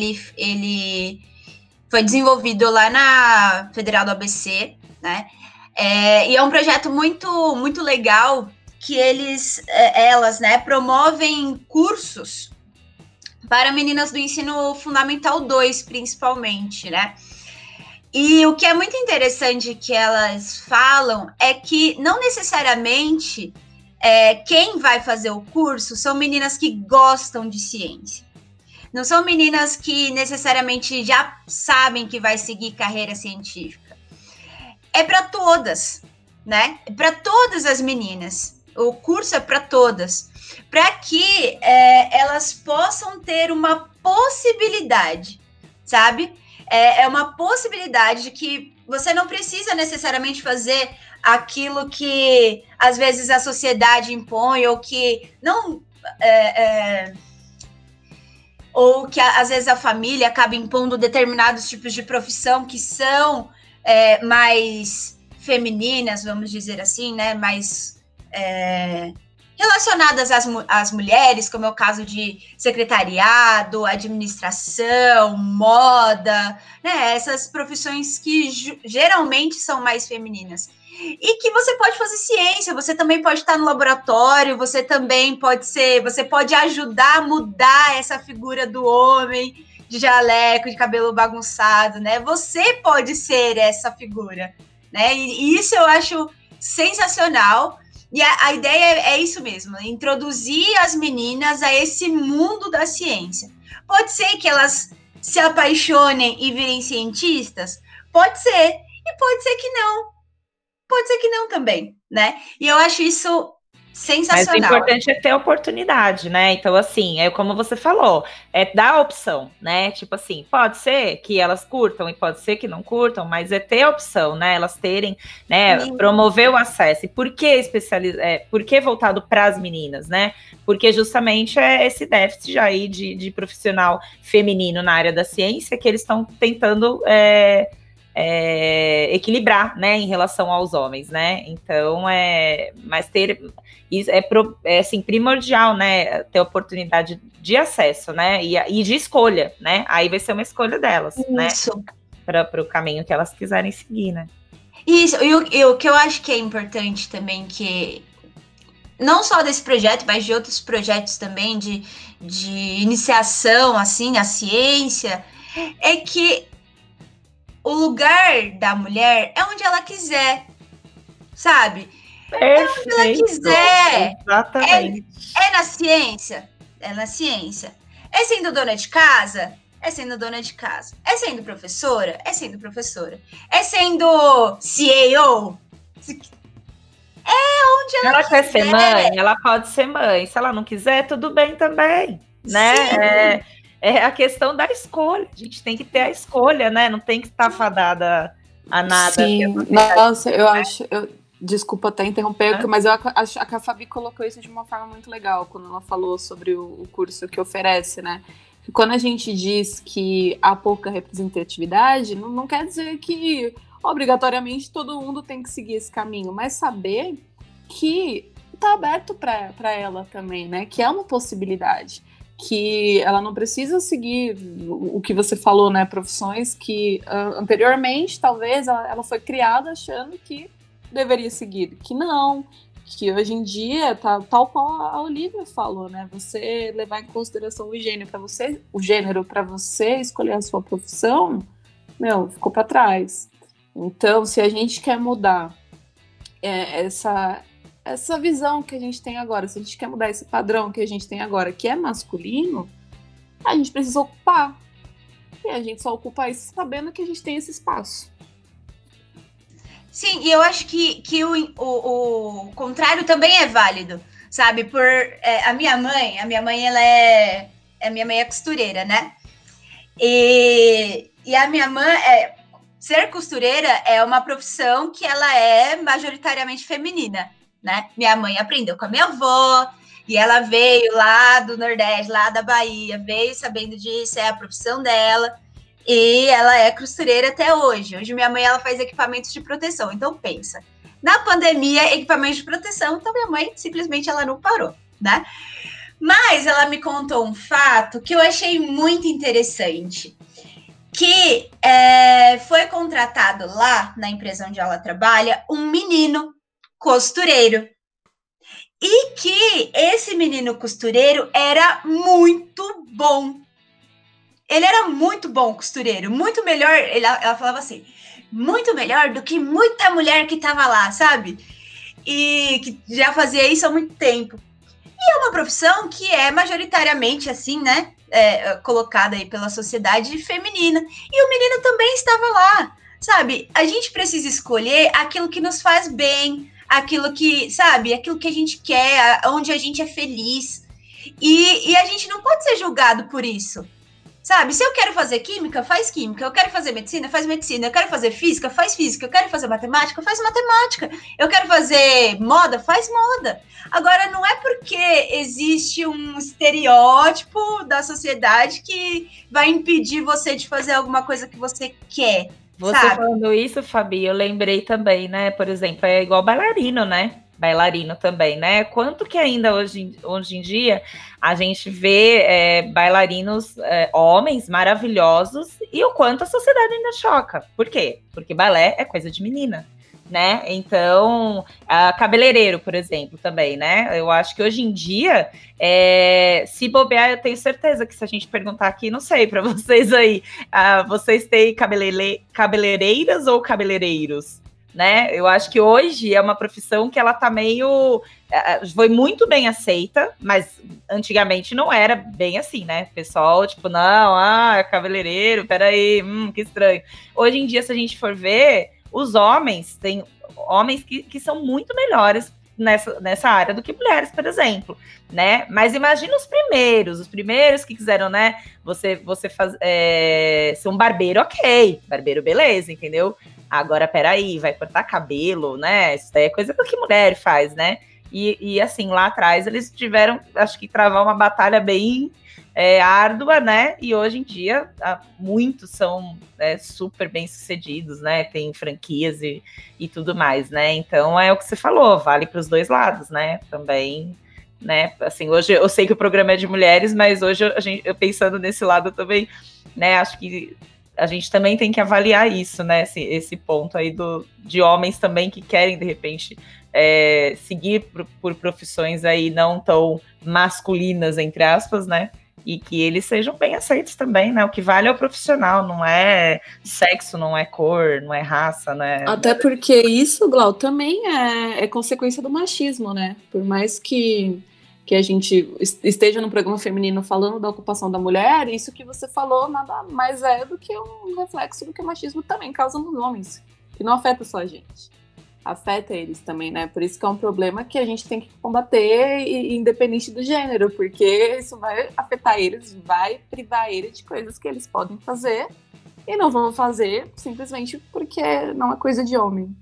ele foi desenvolvido lá na Federal do ABC, né, e é um projeto muito, muito legal, que elas, né, promovem cursos para meninas do ensino fundamental 2, principalmente, né? E o que é muito interessante que elas falam é que não necessariamente quem vai fazer o curso são meninas que gostam de ciência. Não são meninas que necessariamente já sabem que vai seguir carreira científica. É para todas, né? É para todas as meninas. O curso é para todas, para que elas possam ter uma possibilidade, sabe? É uma possibilidade de que você não precisa necessariamente fazer aquilo que às vezes a sociedade impõe, ou que não ou que às vezes a família acaba impondo determinados tipos de profissão que são mais femininas, vamos dizer assim, né? Mais relacionadas às mulheres, como é o caso de secretariado, administração, moda, né? Essas profissões que geralmente são mais femininas. E que você pode fazer ciência, você também pode estar no laboratório, você também você pode ajudar a mudar essa figura do homem de jaleco, de cabelo bagunçado, né? Você pode ser essa figura, né? E isso eu acho sensacional. E a ideia é isso mesmo, introduzir as meninas a esse mundo da ciência. Pode ser que elas se apaixonem e virem cientistas? Pode ser. E pode ser que não. Pode ser que não também, né? E eu acho isso sensacional. Mas o importante é ter oportunidade, né? Então, assim, como você falou, dar a opção, né? Tipo assim, pode ser que elas curtam e pode ser que não curtam, mas é ter a opção, né? Elas terem, né? Promover o acesso. E por que por que voltado para as meninas, né? Porque justamente é esse déficit aí de profissional feminino na área da ciência que eles estão tentando equilibrar, né, em relação aos homens, né? Então, mas isso é assim, primordial, né, ter oportunidade de acesso, né, e de escolha, né? Aí vai ser uma escolha delas, isso, né, para o caminho que elas quiserem seguir, né? Isso, e o que eu acho que é importante também, que não só desse projeto, mas de outros projetos também de iniciação, assim, à ciência, é que o lugar da mulher é onde ela quiser, sabe? Perfeito. É onde ela quiser. Exatamente. É na ciência? É na ciência. É sendo dona de casa? É sendo dona de casa. É sendo professora? É sendo professora. É sendo CEO? Onde ela quer ser quiser. mãe, ela pode ser mãe. Se ela não quiser, tudo bem também, né? É a questão da escolha. A gente tem que ter a escolha, né? Não tem que estar fadada a nada. Sim, nossa, eu acho. Desculpa até interromper, mas eu acho que a Fabi colocou isso de uma forma muito legal quando ela falou sobre o curso que oferece, né? Que quando a gente diz que há pouca representatividade, não quer dizer que obrigatoriamente todo mundo tem que seguir esse caminho, mas saber que tá aberto para ela também, né? Que é uma possibilidade. Que ela não precisa seguir o que você falou, né? Profissões que anteriormente, talvez, ela foi criada achando que deveria seguir. Que não. Que hoje em dia, tal qual a Olivia falou, né? Você levar em consideração o gênero para você escolher a sua profissão, ficou para trás. Então, se a gente quer mudar essa visão que a gente tem agora, se a gente quer mudar esse padrão que a gente tem agora, que é masculino, a gente precisa ocupar. E a gente só ocupa isso sabendo que a gente tem esse espaço. Sim, e eu acho que o contrário também é válido, sabe? A minha mãe, minha mãe é costureira, né? E a minha mãe, ser costureira é uma profissão que ela é majoritariamente feminina, né? Minha mãe aprendeu com a minha avó, e ela veio lá do Nordeste, lá da Bahia, veio sabendo disso, é a profissão dela, e ela é costureira até hoje. Hoje minha mãe, ela faz equipamentos de proteção, então pensa, na pandemia, equipamentos de proteção, então minha mãe simplesmente ela não parou, né? Mas ela me contou um fato que eu achei muito interessante, que foi contratado lá na empresa onde ela trabalha um menino costureiro. E que esse menino costureiro era muito bom. Ele era muito bom costureiro, muito melhor, ela falava assim, muito melhor do que muita mulher que tava lá, sabe? E que já fazia isso há muito tempo. E é uma profissão que é majoritariamente assim, né? Colocada aí pela sociedade feminina. E o menino também estava lá, sabe? A gente precisa escolher aquilo que nos faz bem, aquilo que, sabe? Aquilo que a gente quer, onde a gente é feliz. E a gente não pode ser julgado por isso, sabe? Se eu quero fazer química, faz química. Eu quero fazer medicina, faz medicina. Eu quero fazer física, faz física. Eu quero fazer matemática, faz matemática. Eu quero fazer moda, faz moda. Agora, não é porque existe um estereótipo da sociedade que vai impedir você de fazer alguma coisa que você quer. Você sabe? Falando isso, Fabi, eu lembrei também, né? Por exemplo, é igual bailarino, né? Bailarino também, né? Quanto que ainda hoje em dia a gente vê bailarinos, homens maravilhosos, e o quanto a sociedade ainda choca. Por quê? Porque balé é coisa de menina, né? Então, cabeleireiro, por exemplo, também, né? Eu acho que hoje em dia, se bobear, eu tenho certeza que se a gente perguntar aqui, não sei, para vocês aí, vocês têm cabeleireiras ou cabeleireiros? Né? Eu acho que hoje é uma profissão que ela tá meio... foi muito bem aceita, mas antigamente não era bem assim, né? O pessoal, tipo, não, é cabeleireiro, peraí, que estranho. Hoje em dia, se a gente for ver, os homens, tem homens que são muito melhores nessa área do que mulheres, por exemplo, né? Mas imagina os primeiros que quiseram, né? Você ser um barbeiro, ok, barbeiro, beleza, entendeu? Agora, peraí, vai cortar cabelo, né? Isso daí é coisa que mulher faz, né? E assim, lá atrás eles tiveram, acho que, travar uma batalha bem árdua, né? E hoje em dia, muitos são super bem-sucedidos, né? Tem franquias e tudo mais, né? Então, é o que você falou, vale para os dois lados, né? Também, né? Assim, hoje eu sei que o programa é de mulheres, mas hoje eu pensando nesse lado também, né? Acho que a gente também tem que avaliar isso, né? Esse ponto aí de homens também que querem, de repente, seguir por profissões aí não tão masculinas, entre aspas, né? E que eles sejam bem aceitos também, né? O que vale é o profissional, não é sexo, não é cor, não é raça, né? Até porque isso, Glau, também é consequência do machismo, né? Por mais que a gente esteja no programa feminino falando da ocupação da mulher, isso que você falou nada mais é do que um reflexo do que o machismo também causa nos homens, que não afeta só a gente. afeta eles também, né? Por isso que é um problema que a gente tem que combater, independente do gênero, porque isso vai afetar eles, vai privar eles de coisas que eles podem fazer e não vão fazer simplesmente porque não é coisa de homem.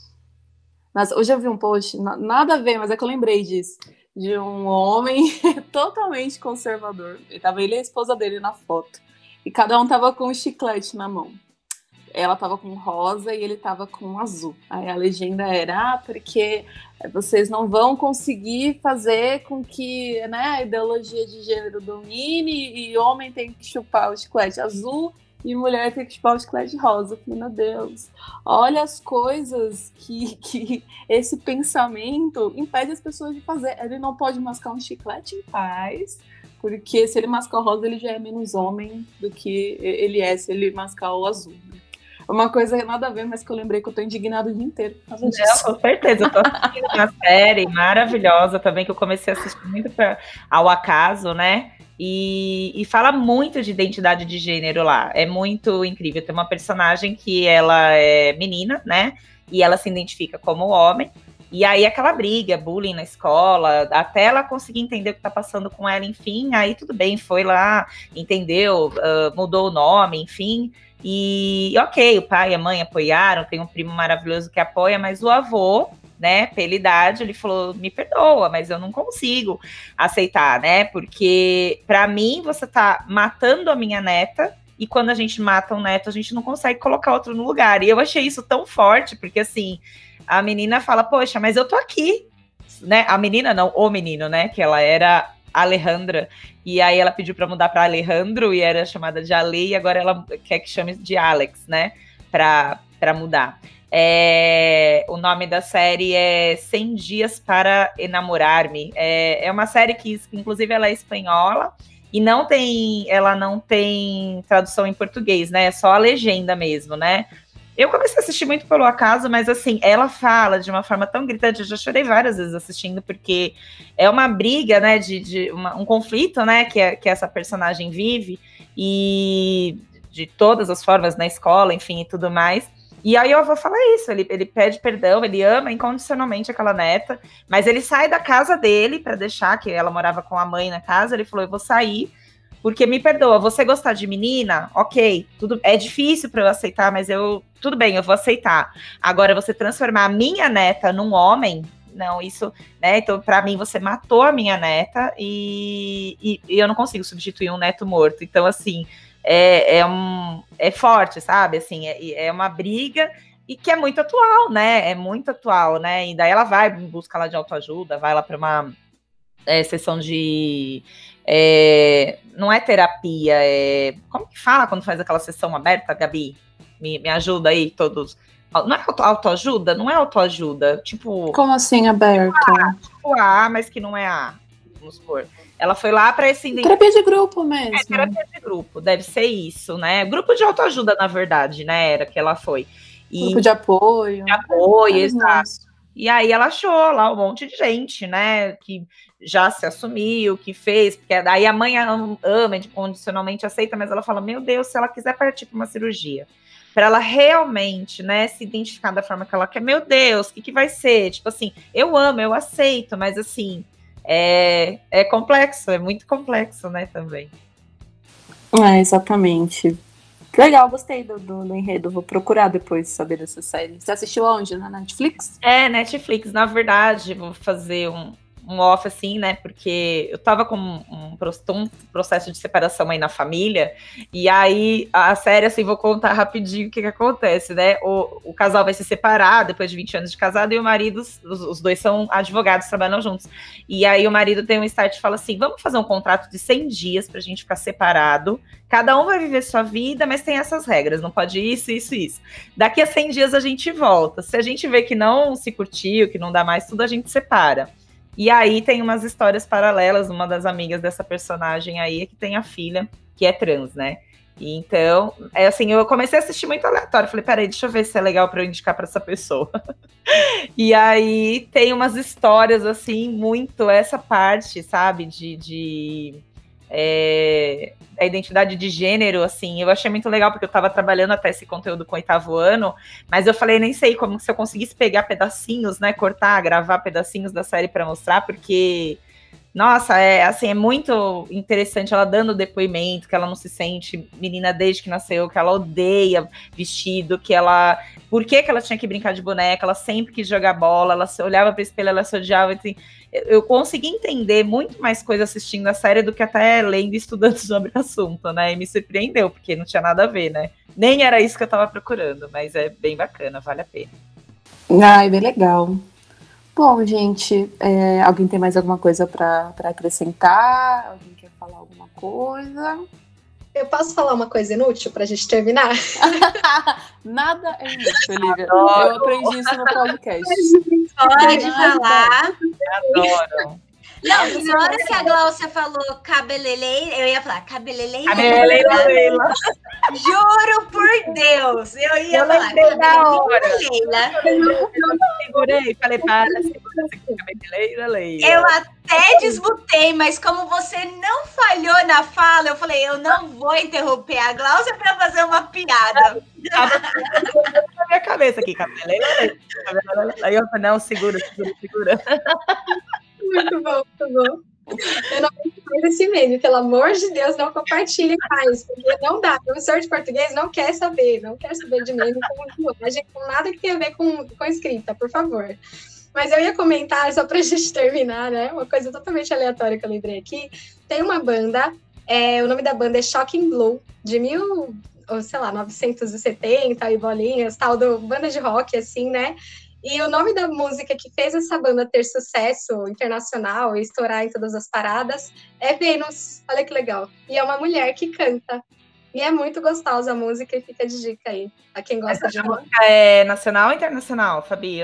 Mas hoje eu vi um post, nada a ver, mas é que eu lembrei disso, de um homem totalmente conservador. Ele e a esposa dele na foto. E cada um tava com um chiclete na mão. Ela tava com rosa e ele tava com azul. Aí a legenda era, porque vocês não vão conseguir fazer com que, né, a ideologia de gênero domine e homem tem que chupar o chiclete azul e mulher tem que chupar o chiclete rosa. Eu falei, meu Deus, olha as coisas que esse pensamento impede as pessoas de fazer. Ele não pode mascar um chiclete em paz, porque se ele mascar o rosa, ele já é menos homem do que ele é se ele mascar o azul. Uma coisa nada a ver, mas que eu lembrei que eu tô indignada o dia inteiro por causa disso. Não, com certeza, eu tô assistindo uma série maravilhosa também, que eu comecei a assistir muito ao acaso, né? E fala muito de identidade de gênero lá. É muito incrível. Tem uma personagem que ela é menina, né? E ela se identifica como homem. E aí aquela briga, bullying na escola, até ela conseguir entender o que tá passando com ela, enfim, aí tudo bem, foi lá, entendeu, mudou o nome, enfim. E ok, o pai e a mãe apoiaram, tem um primo maravilhoso que apoia, mas o avô, né, pela idade, ele falou, me perdoa, mas eu não consigo aceitar, né, porque pra mim você tá matando a minha neta, e quando a gente mata um neto, a gente não consegue colocar outro no lugar, e eu achei isso tão forte, porque assim, a menina fala, poxa, mas eu tô aqui, né, a menina não, o menino, né, que ela era Alejandra, e aí ela pediu para mudar para Alejandro e era chamada de Ale, e agora ela quer que chame de Alex, né, para mudar. O nome da série é 100 Dias para Enamorar-me. É uma série que, inclusive, ela é espanhola e ela não tem tradução em português, né, é só a legenda mesmo, né. Eu comecei a assistir muito pelo acaso, mas assim, ela fala de uma forma tão gritante, eu já chorei várias vezes assistindo, porque é uma briga, né, um conflito, né, que essa personagem vive, e de todas as formas, na escola, enfim, e tudo mais. E aí eu vou falar isso, ele pede perdão, ele ama incondicionalmente aquela neta, mas ele sai da casa dele para deixar, que ela morava com a mãe na casa, ele falou, eu vou sair, porque me perdoa, você gostar de menina, ok, tudo é difícil para eu aceitar, mas tudo bem, eu vou aceitar. Agora, você transformar a minha neta num homem, não, isso, né, então para mim você matou a minha neta e eu não consigo substituir um neto morto, então assim, é forte, sabe, assim, é uma briga e que é muito atual, né, e daí ela vai em busca lá de autoajuda, vai lá para uma sessão de... não é terapia, como que fala quando faz aquela sessão aberta, Gabi? Me ajuda aí, todos. Não é autoajuda? Não é autoajuda, tipo... Como assim, aberta? Tipo A, mas que não é A, vamos supor. Ela foi lá para esse... Terapia de grupo mesmo. Terapia de grupo, deve ser isso, né? Grupo de autoajuda, na verdade, né? Era que ela foi. Grupo de apoio. De apoio, exato. E aí ela achou lá um monte de gente, né, que já se assumiu, que fez, porque daí a mãe ama, incondicionalmente aceita, mas ela fala, meu Deus, se ela quiser partir para uma cirurgia, para ela realmente, né, se identificar da forma que ela quer, meu Deus, o que vai ser? Tipo assim, eu amo, eu aceito, mas assim, é complexo, é muito complexo, né, também. Exatamente. Legal, gostei do enredo. Vou procurar depois saber dessa série. Você assistiu onde? Na Netflix? Netflix. Na verdade, vou fazer um off, assim, né? Porque eu tava com um processo de separação aí na família. E aí, a série, assim, vou contar rapidinho o que acontece, né? O casal vai se separar depois de 20 anos de casado e o marido, os dois são advogados, trabalham juntos. E aí, o marido tem um start e fala assim, vamos fazer um contrato de 100 dias pra gente ficar separado. Cada um vai viver sua vida, mas tem essas regras, não pode isso, isso, isso. Daqui a 100 dias a gente volta. Se a gente vê que não se curtiu, que não dá mais tudo, a gente separa. E aí tem umas histórias paralelas, uma das amigas dessa personagem aí, que tem a filha, que é trans, né? E então, assim, eu comecei a assistir muito aleatório. Falei, peraí, deixa eu ver se é legal pra eu indicar pra essa pessoa. E aí tem umas histórias, assim, muito essa parte, sabe, de a identidade de gênero, assim, eu achei muito legal, porque eu tava trabalhando até esse conteúdo com o 8º ano, mas eu falei, nem sei como se eu conseguisse pegar pedacinhos, né, cortar, gravar pedacinhos da série para mostrar, porque, nossa, assim, é muito interessante ela dando depoimento, que ela não se sente menina desde que nasceu, que ela odeia vestido, por que ela tinha que brincar de boneca, ela sempre quis jogar bola, ela se olhava para o espelho, ela se odiava, assim, eu consegui entender muito mais coisa assistindo a série do que até lendo e estudando sobre o assunto, né, e me surpreendeu, porque não tinha nada a ver, né, nem era isso que eu tava procurando, mas é bem bacana, vale a pena. Ai, bem legal. Bom, gente, alguém tem mais alguma coisa para acrescentar? Alguém quer falar alguma coisa? Eu posso falar uma coisa inútil pra gente terminar? Nada é inútil, Olivia. Eu aprendi isso no podcast. Pode falar. Adoro. Não, na hora que a Gláucia falou cabeleleira, eu ia falar cabeleleira. Leila. Juro por Deus, eu ia falar cabeleleira. Eu segurei, falei, cabeleleira, Leila. Eu até desmutei, mas como você não falhou na fala, eu falei, eu não vou interromper a Gláucia para fazer uma piada. Na minha cabeça aqui, cabeleleira. Aí eu falei, não, segura. Muito bom, muito bom. Eu não faço esse meme, pelo amor de Deus, não compartilhe mais, porque não dá. O professor de português não quer saber de meme com linguagem, com nada que tenha a ver com escrita, por favor. Mas eu ia comentar, só pra gente terminar, né? Uma coisa totalmente aleatória que eu lembrei aqui. Tem uma banda, o nome da banda é Shocking Blue, de 1970 e bolinhas, tal, banda de rock, assim, né? E o nome da música que fez essa banda ter sucesso internacional e estourar em todas as paradas é Vênus. Olha que legal. E é uma mulher que canta. E é muito gostosa a música e fica de dica aí. A quem gosta de rock. Música é nacional ou internacional, Fabi?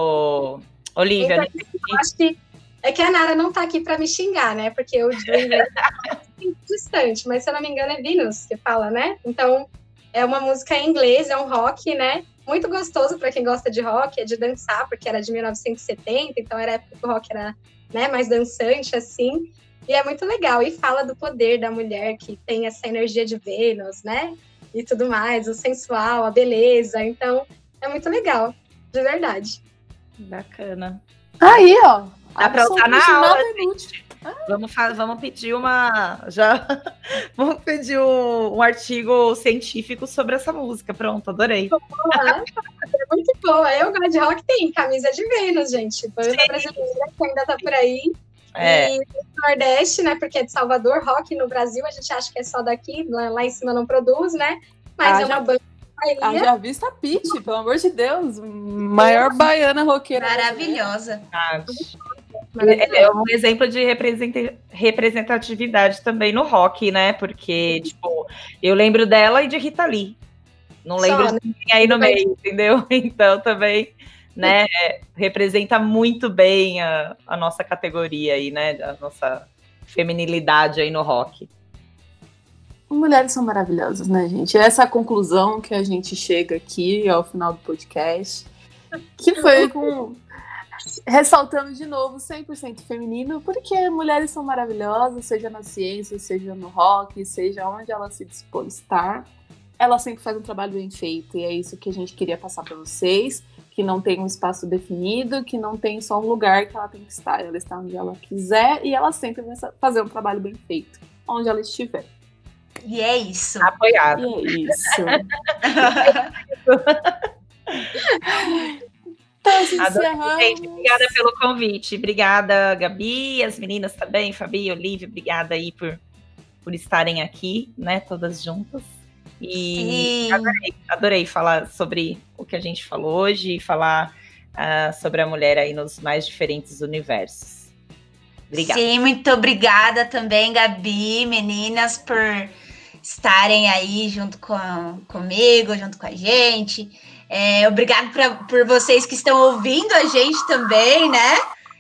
Olivia? Eu acho que é que a Nara não tá aqui para me xingar, né? Porque eu inglês distante, mas se eu não me engano é Venus que fala, né? Então é uma música em inglês, é um rock, né? Muito gostoso para quem gosta de rock, é de dançar, porque era de 1970, então era a época que o rock era, né, mais dançante, assim, e é muito legal, e fala do poder da mulher, que tem essa energia de Vênus, né, e tudo mais, o sensual, a beleza, então é muito legal, de verdade. Bacana. Aí, ó. Dá para usar na aula, gente. Vamos pedir vamos pedir um artigo científico sobre essa música. Pronto, adorei. É muito boa. Eu gosto de rock, tem camisa de Vênus, gente. Banda brasileira que ainda tá por aí. E no Nordeste, né? Porque é de Salvador, rock no Brasil, a gente acha que é só daqui, lá em cima não produz, né? Mas é uma banda. Já vista a Pitty, pelo amor de Deus. Maior baiana roqueira. Maravilhosa. É um exemplo de representatividade também no rock, né? Porque, tipo, eu lembro dela e de Rita Lee. Não lembro de ninguém aí no meio, entendeu? Então também, né, representa muito bem a nossa categoria aí, né? A nossa feminilidade aí no rock. Mulheres são maravilhosas, né, gente? Essa é a conclusão que a gente chega aqui ao final do podcast, que foi ressaltando de novo 100% feminino, porque mulheres são maravilhosas, seja na ciência, seja no rock, seja onde ela se dispor a estar, ela sempre faz um trabalho bem feito, e é isso que a gente queria passar para vocês, que não tem um espaço definido, que não tem só um lugar que ela tem que estar, ela está onde ela quiser, e ela sempre vai fazer um trabalho bem feito, onde ela estiver. E é isso. Apoiado. E é isso. Então, gente, obrigada pelo convite. Obrigada, Gabi, as meninas também, Fabi, Olivia, obrigada aí por estarem aqui, né, todas juntas. E adorei falar sobre o que a gente falou hoje e falar sobre a mulher aí nos mais diferentes universos. Obrigada. Sim, muito obrigada também, Gabi, meninas, por estarem aí junto comigo, junto com a gente. Obrigado por vocês que estão ouvindo a gente também, né?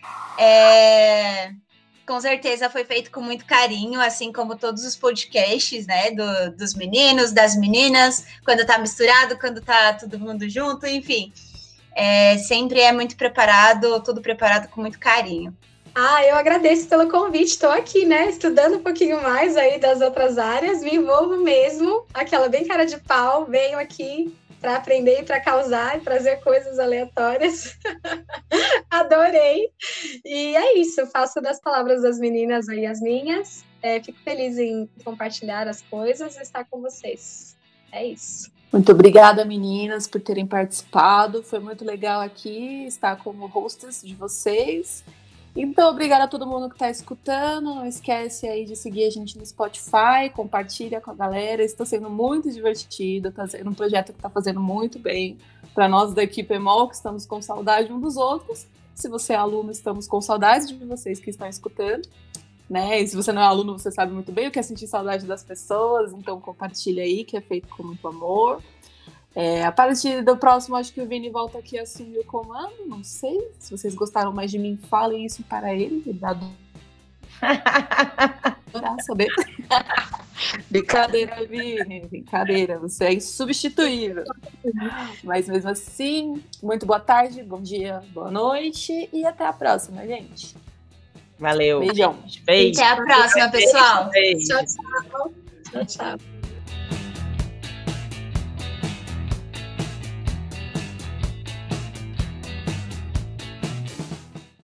Com certeza foi feito com muito carinho, assim como todos os podcasts, né? Dos meninos, das meninas, quando tá misturado, quando tá todo mundo junto, enfim. Sempre é muito preparado, tudo preparado com muito carinho. Eu agradeço pelo convite. Estou aqui, né, estudando um pouquinho mais aí das outras áreas. Me envolvo mesmo. Aquela bem cara de pau. Venho aqui para aprender e para causar e trazer coisas aleatórias. Adorei. E é isso. Faço das palavras das meninas aí as minhas. Fico feliz em compartilhar as coisas e estar com vocês. É isso. Muito obrigada, meninas, por terem participado. Foi muito legal aqui estar como hostess de vocês. Então, obrigada a todo mundo que está escutando. Não esquece aí de seguir a gente no Spotify, compartilha com a galera. Está sendo muito divertido, está sendo um projeto que está fazendo muito bem para nós da equipe EMOL, que estamos com saudade um dos outros. Se você é aluno, estamos com saudade de vocês que estão escutando. Né? E se você não é aluno, você sabe muito bem o que é sentir saudade das pessoas. Então, compartilha aí, que é feito com muito amor. A partir do próximo, acho que o Vini volta aqui a assumir o comando, não sei. Se vocês gostaram mais de mim, falem isso para ele. Ele vai adorar saber. Brincadeira, Vini, brincadeira. Você é insubstituível. Mas mesmo assim, muito boa tarde, bom dia, boa noite e até a próxima, gente. Valeu. Beijão. Beijo. Até a próxima, pessoal. Beijo. Tchau, tchau. Tchau, tchau.